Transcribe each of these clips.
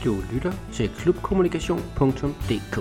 Du lytter til klubkommunikation.dk.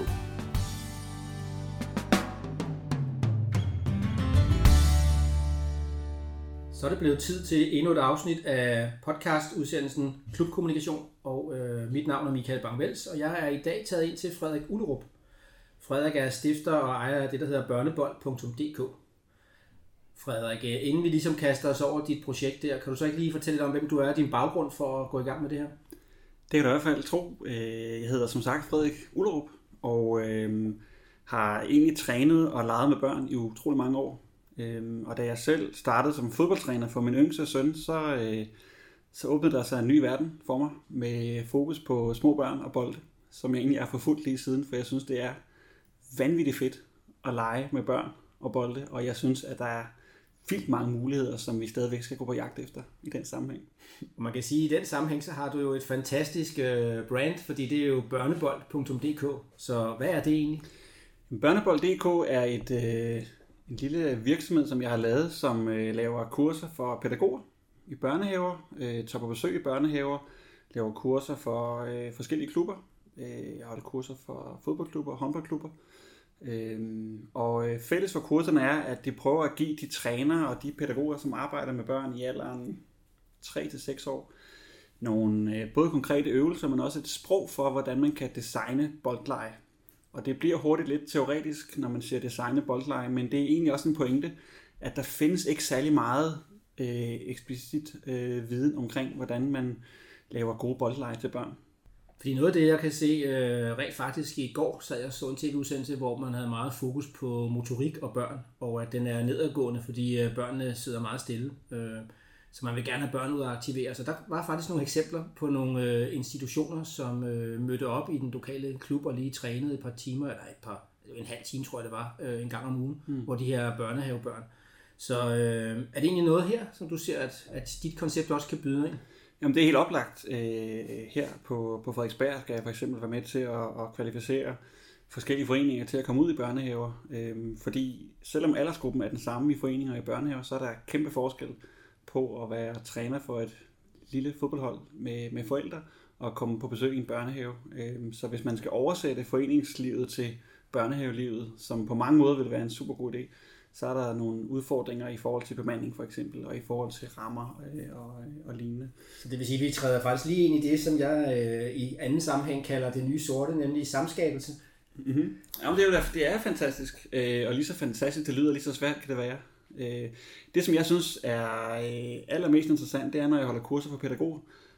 Så er det blevet tid til endnu et afsnit af podcastudsendelsen Klubkommunikation, og mit navn er Michael Bang-Wels, og jeg er i dag taget ind til Frederik Ullerup. Frederik er stifter og ejer af det, der hedder børnebold.dk. Frederik, inden vi ligesom kaster os over dit projekt der, kan du så ikke lige fortælle lidt om, hvem du er og din baggrund for at gå i gang med det her? Det kan du i hvert fald tro. Jeg hedder som sagt Frederik Ullerup, og har egentlig trænet og leget med børn i utrolig mange år. Og da jeg selv startede som fodboldtræner for min yngste søn, så åbnede der sig en ny verden for mig med fokus på små børn og bolde, som jeg egentlig har forfulgt lige siden, for jeg synes, det er vanvittigt fedt at lege med børn og bolde, og jeg synes, at der er vildt mange muligheder, som vi stadigvæk skal gå på jagt efter i den sammenhæng. Man kan sige, at i den sammenhæng, så har du jo et fantastisk brand, fordi det er jo børnebold.dk. Så hvad er det egentlig? Børnebold.dk er en lille virksomhed, som jeg har lavet, som laver kurser for pædagoger i børnehaver, tager på besøg i børnehaver, laver kurser for forskellige klubber. Jeg holder kurser for fodboldklubber og håndboldklubber. Og fælles for kurserne er, at de prøver at give de trænere og de pædagoger, som arbejder med børn i alderen 3-6 år, nogle både konkrete øvelser, men også et sprog for, hvordan man kan designe boldleje. Og det bliver hurtigt lidt teoretisk, når man siger designe boldleje, men det er egentlig også en pointe, at der findes ikke særlig meget eksplicit viden omkring, hvordan man laver gode boldleje til børn. Fordi noget af det, jeg kan se rent faktisk i går, så jeg så en tv-udsendelse, hvor man havde meget fokus på motorik og børn, og at den er nedadgående, fordi børnene sidder meget stille. Så man vil gerne have børn ud at aktivere. Så der var faktisk nogle eksempler på nogle institutioner, som mødte op i den lokale klub og lige trænede et par timer, eller en halv time, tror jeg det var, en gang om ugen, hvor de her børnehavebørn. Så er det egentlig noget her, som du ser, at dit koncept også kan byde ind? Jamen det er helt oplagt. Her på Frederiksberg skal jeg for eksempel være med til at kvalificere forskellige foreninger til at komme ud i børnehaver. Fordi selvom aldersgruppen er den samme i foreninger og i børnehaver, så er der kæmpe forskel på at være træner for et lille fodboldhold med forældre og komme på besøg i en børnehave. Så hvis man skal oversætte foreningslivet til børnehavelivet, som på mange måder vil være en super god idé, så er der nogle udfordringer i forhold til bemanding for eksempel, og i forhold til rammer og lignende. Så det vil sige, at vi træder faktisk lige ind i det, som jeg i anden sammenhæng kalder det nye sorte, nemlig samskabelse. Mm-hmm. Jamen, det er fantastisk, og lige så fantastisk det lyder, lige så svært kan det være. Det som jeg synes er allermest interessant, det er når jeg holder kurser for pædagoger,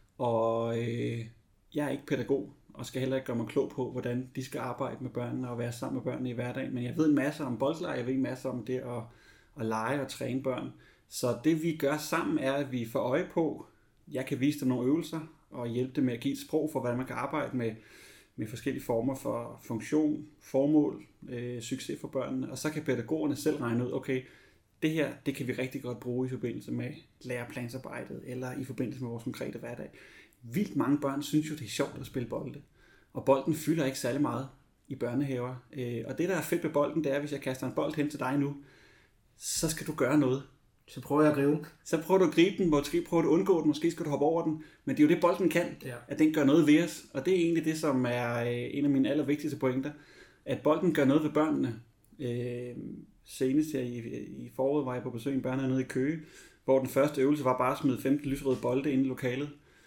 og jeg er ikke pædagog og skal heller ikke gøre mig klog på, hvordan de skal arbejde med børnene og være sammen med børnene i hverdagen, men jeg ved en masse om boldleje, jeg ved en masse om det at lege og træne børn. Så det vi gør sammen er, at vi får øje på, jeg kan vise dem nogle øvelser og hjælpe dem med at give et sprog for, hvordan man kan arbejde med forskellige former for funktion, formål, succes for børnene, og så kan pædagogerne selv regne ud, okay, det her, det kan vi rigtig godt bruge i forbindelse med læreplansarbejdet, eller i forbindelse med vores konkrete hverdag. Vildt mange børn synes jo, det er sjovt at spille bolde, og bolden fylder ikke særlig meget i børnehaver. Og det, der er fedt ved bolden, det er, hvis jeg kaster en bold hen til dig nu, så skal du gøre noget. Så prøver jeg at gribe den. Så prøver du at gribe den, måske prøver du at undgå den, måske skal du hoppe over den, men det er jo det, bolden kan, at den gør noget ved os, og det er egentlig det, som er en af mine allervigtigste pointer, at bolden gør noget ved børnene. Senest her i foråret var jeg på besøg i en børnehave nede i Køge, hvor den første øvelse var bare at smide 15 lysrøde bolde ind i lokalet.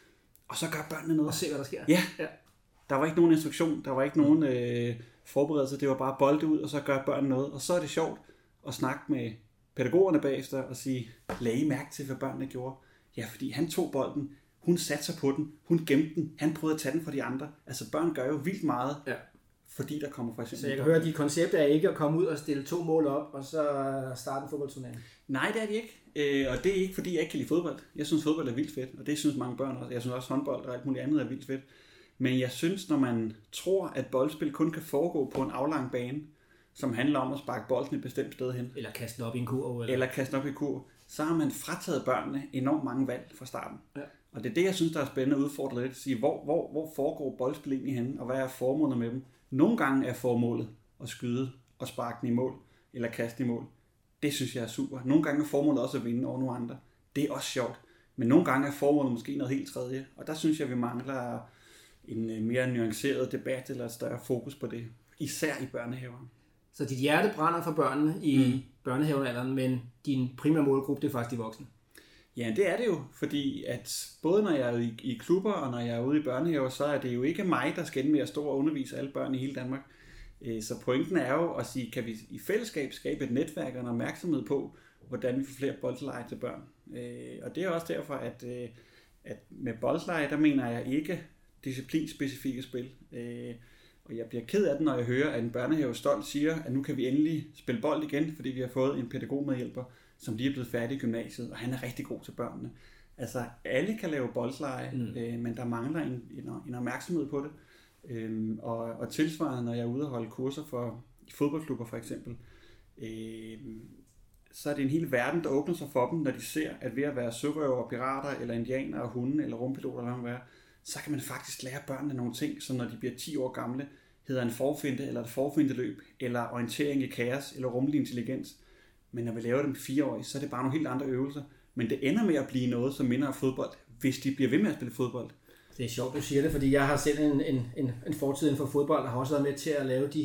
Og så gør børnene noget. Og se, hvad der sker. Ja. Der var ikke nogen instruktion, der var ikke nogen forberedelse, det var bare bolde ud, og så gør børnene noget. Og så er det sjovt at snakke med pædagogerne bagefter og sige, lad I mærke til, hvad børnene gjorde. Ja, fordi han tog bolden, hun satte sig på den, hun gemte den, han prøvede at tage den fra de andre. Altså børn gør jo vildt meget. Ja. Fordi der kommer for eksempel... Så jeg kan høre, at dit koncept er ikke at komme ud og stille 2 mål op, og så starte en fodboldturnering. Nej, det er det ikke. Og det er ikke, fordi jeg ikke kan lide fodbold. Jeg synes, fodbold er vildt fedt, og det synes mange børn også. Jeg synes også, håndbold og alt muligt andet er vildt fedt. Men jeg synes, når man tror, at boldspil kun kan foregå på en aflang bane, som handler om at sparke bolden et bestemt sted hen. Eller kaste den op i en kurv. Eller kaste den op i en kurv. Så har man frataget børnene enormt mange valg fra starten. Ja. Og det er det, jeg synes, der er spændende at udfordre lidt. At sige, hvor foregår boldspil egentlig henne, og hvad er formålet med dem? Nogle gange er formålet at skyde og sparke den i mål, eller kaste i mål. Det synes jeg er super. Nogle gange er formålet også at vinde over nogle andre. Det er også sjovt. Men nogle gange er formålet måske noget helt tredje. Og der synes jeg, vi mangler en mere nuanceret debat eller et større fokus på det, især i børnehaver. Så dit hjerte brænder for børnene i børnehavealderen, men din primære målgruppe, det er faktisk de voksne? Ja, det er det jo, fordi at både når jeg er i klubber og når jeg er ude i børnehaver, så er det jo ikke mig, der skal ende med at stå og undervise alle børn i hele Danmark. Så pointen er jo at sige, kan vi i fællesskab skabe et netværk og en opmærksomhed på, hvordan vi får flere boldleje til børn. Og det er også derfor, at med boldleje, der mener jeg ikke disciplinspecifikke spil. Og jeg bliver ked af det, når jeg hører, at en børnehave stolt siger, at nu kan vi endelig spille bold igen, fordi vi har fået en pædagogmedhjælper, som lige er blevet færdig i gymnasiet, og han er rigtig god til børnene. Altså, alle kan lave boldleje, men der mangler en opmærksomhed på det. Og tilsvarende, når jeg er ude og holde kurser for i fodboldklubber for eksempel, så er det en hel verden, der åbner sig for dem, når de ser, at ved at være sørøver, pirater, eller indianer, hunde, eller rumpiloter, eller hvad man vil, så kan man faktisk lære børnene nogle ting, som når de bliver 10 år gamle, hedder en forfinte, eller et forfinteløb, eller orientering i kaos, eller rummelig intelligens. Men når vi laver dem 4-årige, så er det bare nogle helt andre øvelser. Men det ender med at blive noget, som minder om fodbold, hvis de bliver ved med at spille fodbold. Det er sjovt, du siger det, fordi jeg har selv en fortid inden for fodbold, og har også været med til at lave de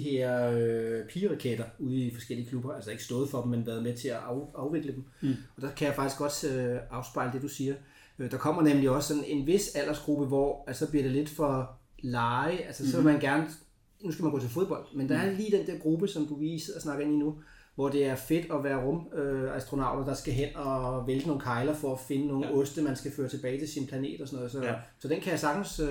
her pigeraketter ude i forskellige klubber. Altså ikke stået for dem, men været med til at afvikle dem. Og der kan jeg faktisk også afspejle det, du siger. Der kommer nemlig også sådan en vis aldersgruppe, hvor altså bliver det lidt for lege. Altså så vil man gerne, nu skal man gå til fodbold, men der er lige den der gruppe, som du lige sidder og snakker ind i nu, hvor det er fedt at være rumastronauter, der skal hen og vælte nogle kegler for at finde nogle oste, man skal føre tilbage til sin planet og sådan noget. Så den kan jeg sagtens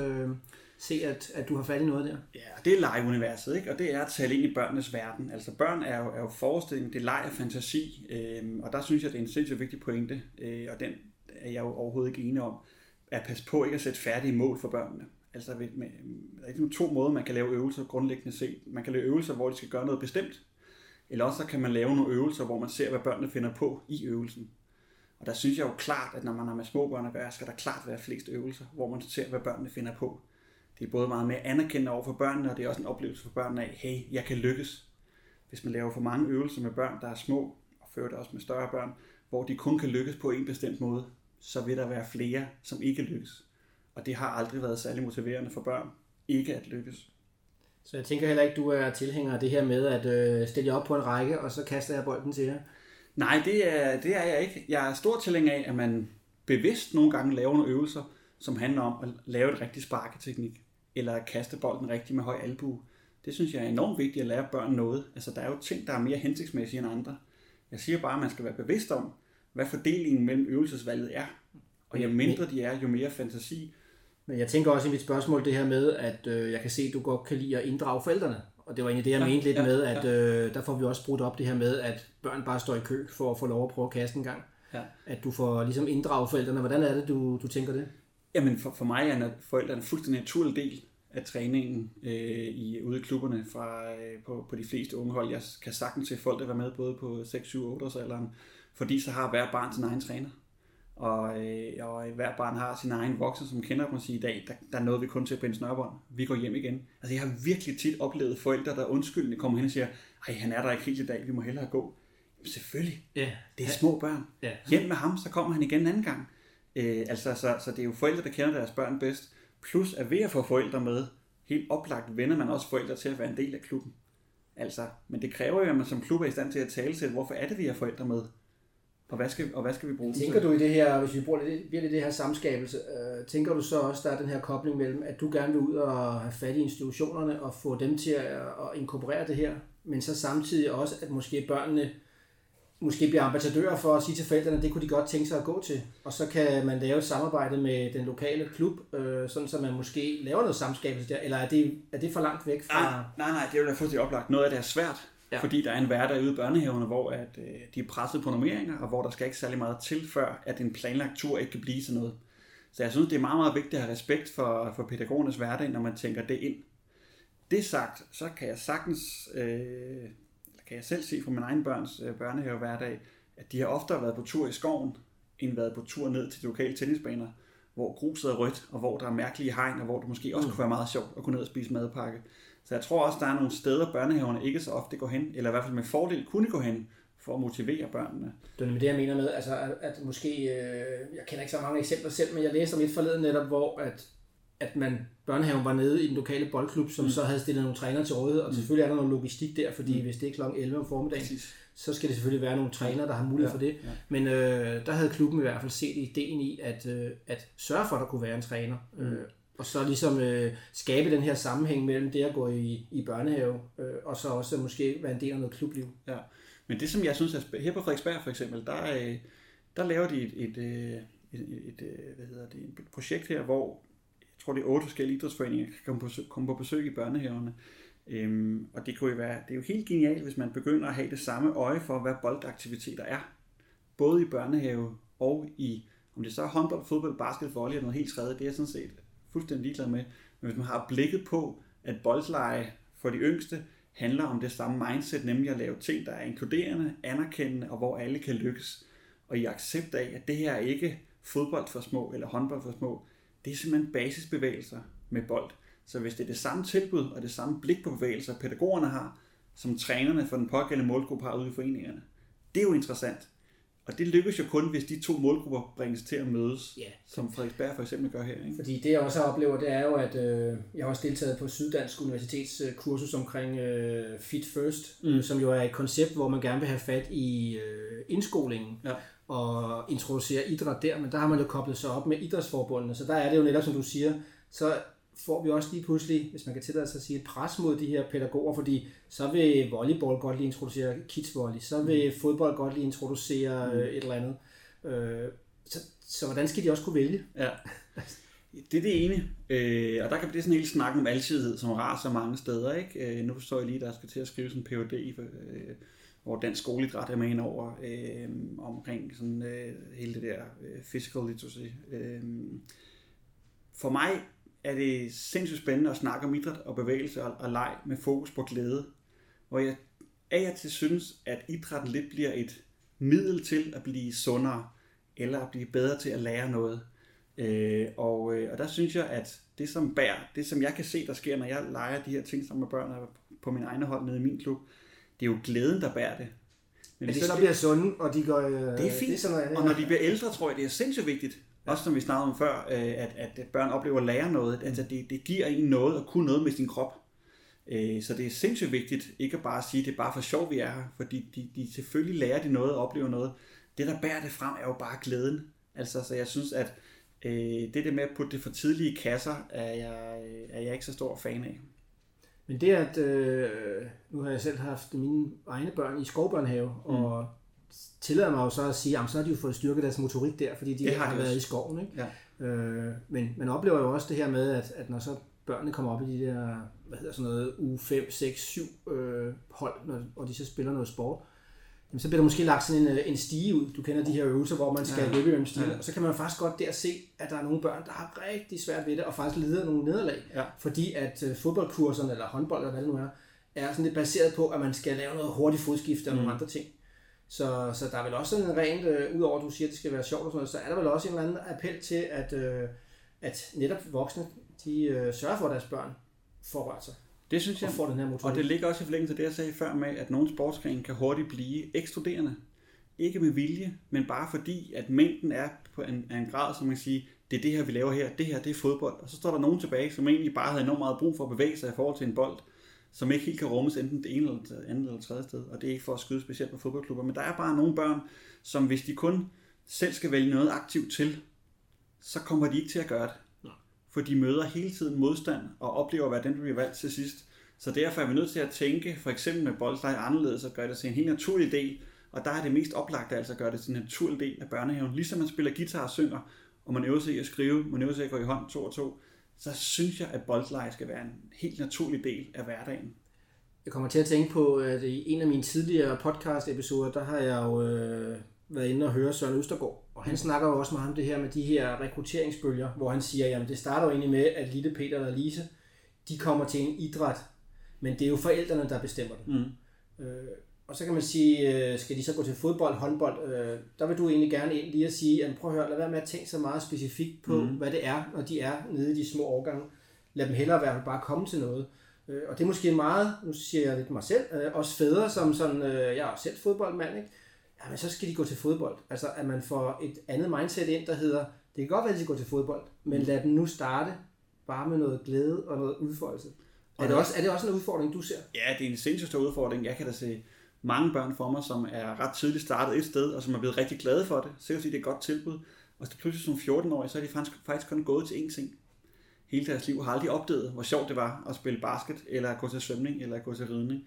se, at du har fat i noget der. Ja, det er legeuniverset, ikke? Og det er at tale ind i børnenes verden. Altså børn er jo forestilling, det er leg og fantasi, og der synes jeg, det er en sindssygt vigtig pointe, og den er jeg jo overhovedet ikke enig om, at passe på ikke at sætte færdige mål for børnene. Altså der er ikke 2 måder, man kan lave øvelser grundlæggende set. Man kan lave øvelser, hvor de skal gøre noget bestemt, eller også så kan man lave nogle øvelser, hvor man ser, hvad børnene finder på i øvelsen. Og der synes jeg jo klart, at når man har med små børn at gøre, skal der klart være flest øvelser, hvor man ser, hvad børnene finder på. Det er både meget mere anerkendende over for børnene, og det er også en oplevelse for børnene af, hey, jeg kan lykkes. Hvis man laver for mange øvelser med børn, der er små, og fører det også med større børn, hvor de kun kan lykkes på en bestemt måde, så vil der være flere, som ikke lykkes. Og det har aldrig været særlig motiverende for børn, ikke at lykkes. Så jeg tænker heller ikke, du er tilhænger af det her med at stille jer op på en række, og så kaster jeg bolden til jer? Nej, det er jeg ikke. Jeg er stor tilhænger af, at man bevidst nogle gange laver nogle øvelser, som handler om at lave et rigtigt sparketeknik, eller at kaste bolden rigtigt med høj albue. Det synes jeg er enormt vigtigt at lære børn noget. Altså, der er jo ting, der er mere hensigtsmæssige end andre. Jeg siger bare, at man skal være bevidst om, hvad fordelingen mellem øvelsesvalget er. Og jo mindre de er, jo mere fantasi. Men jeg tænker også i mit spørgsmål det her med, at jeg kan se, at du godt kan lide at inddrage forældrene. Og det var egentlig det, jeg mente lidt med, at der får vi også brudt op det her med, at børn bare står i kø for at få lov at prøve at kaste en gang. Ja. At du får ligesom inddrage forældrene. Hvordan er det, du tænker det? Jamen for mig er forældrene en fuldstændig naturlig del af træningen ude i klubberne på de fleste unge hold. Jeg kan sagtens se folk, der være med både på 6, 7, 8 års alderen, fordi så har hver barn sin egen træner. Og hver barn har sin egen voksen, som kender dem og siger, i dag, der nåede vi kun til at binde snørbånd. Vi går hjem igen. Altså jeg har virkelig tit oplevet forældre, der undskyldende kommer hen og siger, ej, han er der ikke helt i dag, vi må hellere gå. Jamen, selvfølgelig. Yeah. Det er små børn. Yeah. Hjem med ham, så kommer han igen en anden gang. Så det er jo forældre, der kender deres børn bedst. Plus at ved at få forældre med, helt oplagt vender man også forældre til at være en del af klubben. Men det kræver jo, at man som klub er i stand til at tale til, hvorfor er det, vi har forældre med? Og hvad skal vi bruge? Tænker du i det her, hvis vi bruger virkelig det her samskabelse, tænker du så også, der er den her kobling mellem, at du gerne vil ud og have fat i institutionerne og få dem til at inkorporere det her, men så samtidig også, at måske børnene bliver ambassadører for at sige til forældrene, at det kunne de godt tænke sig at gå til. Og så kan man lave et samarbejde med den lokale klub, sådan så man måske laver noget samskabelse der, eller er det for langt væk fra... Nej, det er jo da fuldstændig oplagt. Noget af det er svært. Ja. Fordi der er en hverdag ude i børnehaverne, hvor at, de er presset på normeringer, og hvor der skal ikke særlig meget til, før at en planlagt tur ikke kan blive til noget. Så jeg synes, det er meget, meget vigtigt at have respekt for pædagogernes hverdag, når man tænker det ind. Det sagt, så kan jeg sagtens, kan jeg selv se fra min egen børns børnehave hverdag, at de har oftere været på tur i skoven, end været på tur ned til de lokale tennisbaner, hvor gruset er rødt, og hvor der er mærkelige hegn, og hvor det måske også kunne være meget sjovt at gå ned og spise madpakke. Så jeg tror også, der er nogle steder, børnehaverne ikke så ofte går hen, eller i hvert fald med fordel kunne gå hen, for at motivere børnene. Det er det, jeg mener med, altså at måske, jeg kender ikke så mange eksempler selv, men jeg læste om et forleden netop, hvor at at børnehaven var nede i den lokale boldklub, som så havde stillet nogle trænere til rådighed, og selvfølgelig er der noget logistik der, fordi hvis det er kl. 11 om formiddagen, så skal det selvfølgelig være nogle trænere, der har mulighed for det. Ja. Men der havde klubben i hvert fald set ideen i, at sørge for, at der kunne være en træner. Og så ligesom skabe den her sammenhæng mellem det at gå i børnehave, og så også måske være en del af noget klubliv. Ja. Men det som jeg synes, at her på Frederiksberg for eksempel, der laver de et projekt her, hvor jeg tror det er 8 forskellige idrætsforeninger kan komme på besøg i børnehaverne. Og det er jo helt genialt, hvis man begynder at have det samme øje for, hvad boldaktiviteter er. Både i børnehave og i, om det så er håndbold, fodbold, basket, volley eller noget helt tredje, det er jeg sådan set fuldstændig ligeglad med. Men hvis man har blikket på, at boldleje for de yngste handler om det samme mindset, nemlig at lave ting, der er inkluderende, anerkendende og hvor alle kan lykkes. Og i accept af, at det her er ikke fodbold for små eller håndbold for små, det er simpelthen basisbevægelser med bold. Så hvis det er det samme tilbud og det samme blik på bevægelser, pædagogerne har, som trænerne for den pågældende målgruppe har ude i foreningerne, det er jo interessant. Og det lykkes jo kun, hvis de to målgrupper bringes til at mødes, som Frederiksberg for eksempel gør her. Ikke? Fordi det jeg også oplever, det er jo, at jeg har også deltaget på Syddansk Universitets kursus omkring Fit First, som jo er et koncept, hvor man gerne vil have fat i indskolingen og introducere idræt der, men der har man jo koblet sig op med idrætsforbundene, så der er det jo netop, som du siger, så får vi også lige pludselig, hvis man kan tillade sig at sige, et pres mod de her pædagoger, fordi så vil volleyball godt lige introducere kidsvolley, så vil fodbold godt lige introducere et eller andet. Så hvordan skal de også kunne vælge? Ja, det er det ene. Og der kan det sådan helt snakke om alsidighed, som raser mange steder. Ikke? Nu forstår jeg lige, der skal til at skrive sådan en Ph.D., hvor dansk skoleidræt er med ind over, omkring sådan, hele det der physical literacy. For mig er det sindssygt spændende at snakke om idræt og bevægelse og leg med fokus på glæde. Hvor jeg af og til synes, at idrætten lidt bliver et middel til at blive sundere, eller at blive bedre til at lære noget. Og der synes jeg, at det som jeg kan se, der sker, når jeg leger de her ting sammen med børn på min egne hold nede i min klub, det er jo glæden, der bærer det. Men de så bliver sunde, og de går... Det er fint, og når de bliver ældre, tror jeg, det er sindssygt vigtigt. Også som vi snakkede om før, at børn oplever at lære noget. Altså det giver en noget at kunne noget med sin krop. Så det er sindssygt vigtigt, ikke at bare sige, at det er bare for sjov, vi er her. Fordi de selvfølgelig lærer de noget og oplever noget. Det, der bærer det frem, er jo bare glæden. Altså, så jeg synes, at det med at putte det for tidlige kasser, er jeg ikke så stor fan af. Men det at, nu har jeg selv haft mine egne børn i skovbørnehave, og tillader mig jo så at sige, så har de jo fået styrket deres motorik der, fordi de har været i skoven. Ikke? Ja. Men man oplever jo også det her med, at når så børnene kommer op i de der, sådan noget uge 5, 6, 7 hold, og de så spiller noget sport, jamen, så bliver der måske lagt sådan en stige ud. Du kender de her øvelser, hvor man skal løbe i en stige, og så kan man faktisk godt der se, at der er nogle børn, der har rigtig svært ved det, og faktisk lider nogle nederlag, fordi at fodboldkurserne, eller håndbold, eller hvad det nu er sådan lidt baseret på, at man skal lave noget hurtigt fodskifte og nogle andre ting. Så der er vel også sådan en rent, udover at du siger, at det skal være sjovt og sådan noget, så er der vel også en eller anden appel til, at netop voksne, de sørger for, at deres børn får rørt sig. Det synes jeg, og får den her motorik. Og det ligger også i forlængelse af det, jeg sagde før med, at nogle sportsgrene kan hurtigt blive ekskluderende. Ikke med vilje, men bare fordi, at mængden er på en grad, som man kan sige, det er det her, vi laver her, det her, det er fodbold. Og så står der nogen tilbage, som egentlig bare havde enormt meget brug for at bevæge sig i forhold til en bold, som ikke helt kan rummes enten det ene eller det andet eller tredje sted. Og det er ikke for at skyde specielt på fodboldklubber, men der er bare nogle børn, som hvis de kun selv skal vælge noget aktivt til, så kommer de ikke til at gøre det. For de møder hele tiden modstand og oplever at være den, der bliver valgt til sidst. Så derfor er vi nødt til at tænke, for eksempel med boldleje anderledes, og gøre det til en helt naturlig del. Og der er det mest oplagte altså at gøre det til en naturlig del af børnehaven. Ligesom man spiller guitar og synger, og man øver sig i at skrive, man øver sig i at gå i hånd 2 og 2, så synes jeg, at boldleje skal være en helt naturlig del af hverdagen. Jeg kommer til at tænke på, at i en af mine tidligere podcast-episoder, der har jeg jo været inde og høre Søren Østergaard. Og han snakker jo også meget om det her med de her rekrutteringsbølger, hvor han siger, jamen det starter jo egentlig med, at Lille Peter og Lise, de kommer til en idræt, men det er jo forældrene, der bestemmer den. Og så kan man sige, skal de så gå til fodbold, håndbold, der vil du egentlig gerne ind lige at sige, at prøv at høre, lad være med at tænke så meget specifikt på, hvad det er, når de er nede i de små årgange. Lad dem hellere være bare komme til noget. Og det er måske meget, nu siger jeg lidt mig selv, også fædre som sådan, jeg er selv fodboldmand, ikke? Jamen så skal de gå til fodbold. Altså at man får et andet mindset ind, der hedder, det kan godt være, at de går til fodbold, men lad dem nu starte bare med noget glæde og noget udfoldelse. Er det også en udfordring, du ser? Ja, det er en sindssygt stor udfordring. Jeg kan da se mange børn for mig, som er ret tidligt startet et sted, og som er blevet rigtig glade for det. Sikkert fordi det er et godt tilbud. Og så pludselig som 14-årige, så er de faktisk kun gået til én ting. Hele deres liv har aldrig opdaget, hvor sjovt det var at spille basket, eller at gå til svømning, eller at gå til ridning.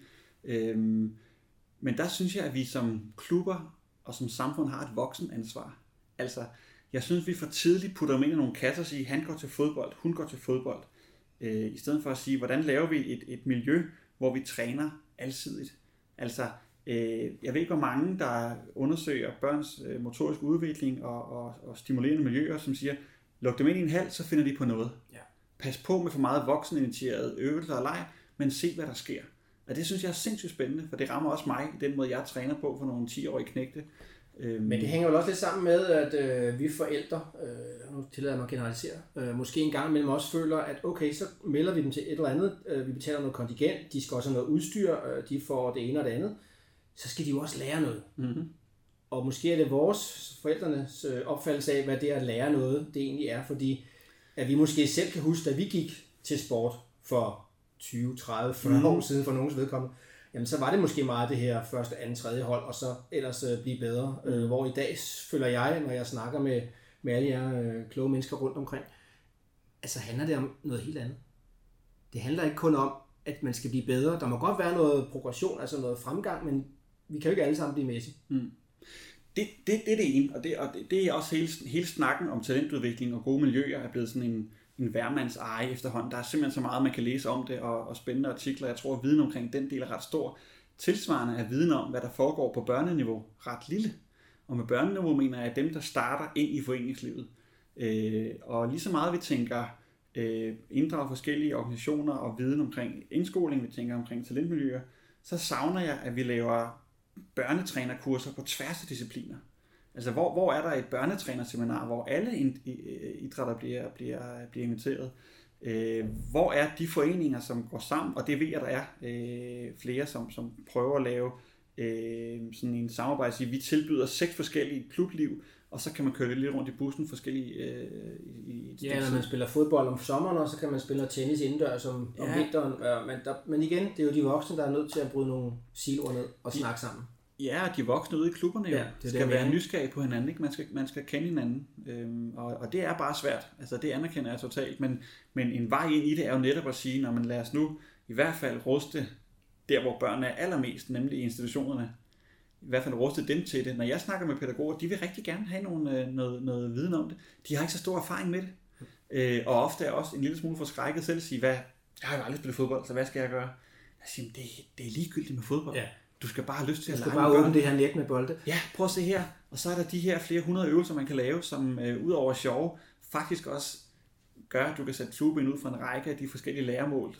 Men der synes jeg, at vi som klubber og som samfund har et voksenansvar. Altså, jeg synes, vi for tidligt putter dem ind i nogle kasser og siger, han går til fodbold, hun går til fodbold. I stedet for at sige, hvordan laver vi et miljø, hvor vi træner alsidigt. Altså, jeg ved ikke, hvor mange, der undersøger børns motoriske udvikling og stimulerende miljøer, som siger, luk dem ind i en hal, så finder de på noget. Ja. Pas på med for meget vokseninitierede øvelser og leg, men se, hvad der sker. Og det synes jeg er sindssygt spændende, for det rammer også mig i den måde, jeg træner på for nogle 10-årige knægte. Men det hænger jo også lidt sammen med, at vi forældre, nu tillader mig at generalisere, måske en gang imellem også føler, at okay, så melder vi dem til et eller andet, vi betaler noget kontingent, de skal også have noget udstyr, de får det ene og det andet, så skal de jo også lære noget. Mm-hmm. Og måske er det vores forældrenes opfattelse af, hvad det at lære noget, det egentlig er, fordi at vi måske selv kan huske, da vi gik til sport for 20, 30, 40 år siden for nogens vedkommende, jamen så var det måske meget det her første, anden, tredje hold, og så ellers blive bedre. Hvor i dag føler jeg, når jeg snakker med alle jer kloge mennesker rundt omkring, altså handler det om noget helt andet. Det handler ikke kun om, at man skal blive bedre. Der må godt være noget progression, altså noget fremgang, men vi kan jo ikke alle sammen blive Messi. Det er det ene, og det er også hele snakken om talentudvikling og gode miljøer er blevet sådan en værmands eje efterhånden. Der er simpelthen så meget, man kan læse om det, og spændende artikler. Jeg tror, at viden omkring den del er ret stor. Tilsvarende er viden om, hvad der foregår på børneniveau, ret lille. Og med børneniveau mener jeg, at dem, der starter ind i foreningslivet. Og lige så meget vi tænker inddrage forskellige organisationer og viden omkring indskoling, vi tænker omkring talentmiljøer, så savner jeg, at vi laver børnetrænerkurser på tværs af discipliner. Altså, hvor er der et børnetrænerseminar, hvor alle idrætter bliver inviteret? Hvor er de foreninger, som går sammen? Og det ved jeg, der er flere, som prøver at lave sådan en samarbejde. Så vi tilbyder 6 forskellige klubliv, og så kan man køre lidt rundt i bussen forskellige ja, når man spiller fodbold om sommeren, og så kan man spille tennis indendørs om vinteren. Men igen, det er jo de voksne, der er nødt til at bryde nogle siloer ned og snakke sammen. Ja, de voksne ude i klubberne jo skal være nysgerrige på hinanden, ikke? Man skal kende hinanden, og det er bare svært. Altså det anerkender jeg totalt, men en vej ind i det er jo netop at sige, når man lader os nu i hvert fald ruste der, hvor børnene er allermest, nemlig i institutionerne, i hvert fald ruste dem til det. Når jeg snakker med pædagoger, de vil rigtig gerne have noget viden om det. De har ikke så stor erfaring med det, og ofte er også en lille smule forskrækket selv at sige, jeg har jo aldrig spillet fodbold, så hvad skal jeg gøre? Jeg siger, det er ligegyldigt med fodbold. Ja. Du skal bare have lyst til at lege. Du skal bare åbne det her net med bolde. Ja, prøv at se her. Og så er der de her flere 100 øvelser, man kan lave, som ud over sjove, faktisk også gør, at du kan sætte flueben ud fra en række af de forskellige læremål,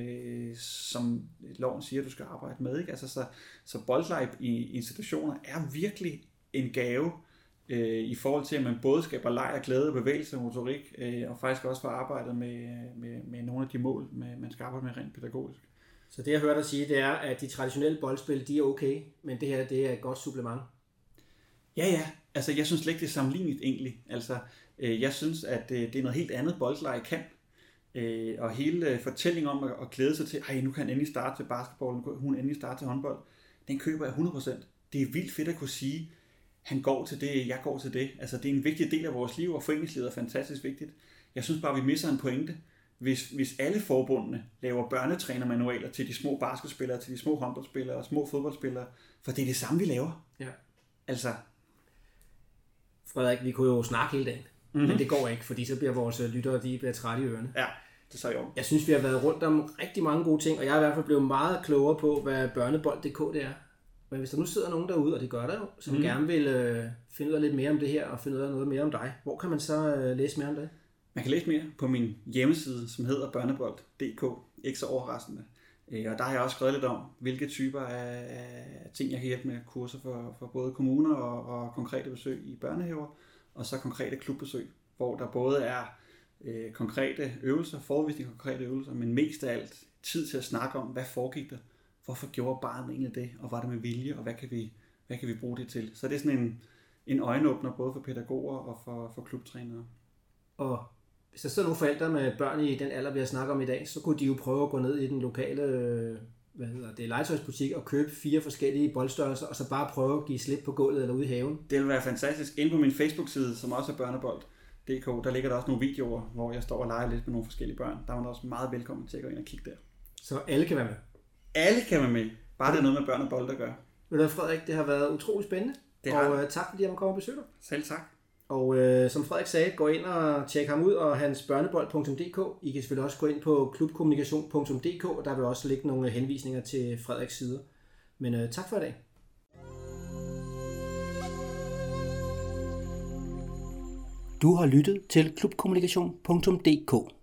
som loven siger, du skal arbejde med. Ikke? Altså, så boldleg i institutioner er virkelig en gave i forhold til, at man både skaber leg og glæde, bevægelse og motorik, og faktisk også får arbejdet med nogle af de mål, man skal arbejde med rent pædagogisk. Så det jeg hørte dig sige, det er, at de traditionelle boldspil, de er okay, men det her, det er et godt supplement. Ja. Altså, jeg synes slet ikke, det er sammenligneligt egentlig. Altså, jeg synes, at det er noget helt andet, boldleje kan. Og hele fortællingen om at glæde sig til, nu kan han endelig starte til basketball, nu kan hun endelig starte til håndbold, den køber jeg 100%. Det er vildt fedt at kunne sige, han går til det, jeg går til det. Altså, det er en vigtig del af vores liv, og foreningslivet er fantastisk vigtigt. Jeg synes bare, vi misser en pointe. Hvis alle forbundene laver børnetrænermanualer til de små basketspillere, til de små håndboldspillere og små fodboldspillere, for det er det samme, vi laver. Ja. Altså. Frederik, vi kunne jo snakke hele dagen, men det går ikke, fordi så bliver vores lyttere, de bliver trætte i ørerne. Ja, det så jo. Jeg synes, vi har været rundt om rigtig mange gode ting, og jeg er i hvert fald blevet meget klogere på, hvad børnebold.dk det er. Men hvis der nu sidder nogen derude, og det gør der jo, som gerne vil finde ud af lidt mere om det her, og finde ud af noget mere om dig, hvor kan man så læse mere om det? Man kan læse mere på min hjemmeside, som hedder børnebold.dk, ikke så overraskende. Og der har jeg også skrevet lidt om, hvilke typer af ting, jeg kan hjælpe med, kurser for både kommuner og konkrete besøg i børnehaver, og så konkrete klubbesøg, hvor der både er konkrete øvelser, forudvisning af konkrete øvelser, men mest af alt tid til at snakke om, hvad foregik der, hvorfor gjorde barnet egentlig det, og var det med vilje, og hvad kan vi bruge det til. Så det er sådan en øjenåbner både for pædagoger og for klubtrænere. Og Hvis der sidder nogle forældre med børn i den alder, vi har snakket om i dag, så kunne de jo prøve at gå ned i den lokale legetøjsbutik og købe 4 forskellige boldstørrelser, og så bare prøve at give slip på gulvet eller ude i haven. Det vil være fantastisk. Inde på min Facebook-side, som også er børnebold.dk, der ligger der også nogle videoer, hvor jeg står og leger lidt med nogle forskellige børn. Der er man også meget velkommen til at gå ind og kigge der. Så alle kan være med? Alle kan være med. Bare det er noget med børn og bold, der gør. Ved du, Frederik, det har været utrolig spændende. Og tak fordi jeg må komme og besøge dig. Selv tak. Og som Frederik sagde, gå ind og tjek ham ud og hans børnebold.dk. I kan selvfølgelig også gå ind på klubkommunikation.dk, og der vil også ligge nogle henvisninger til Frederiks sider. Men tak for i dag. Du har lyttet til klubkommunikation.dk.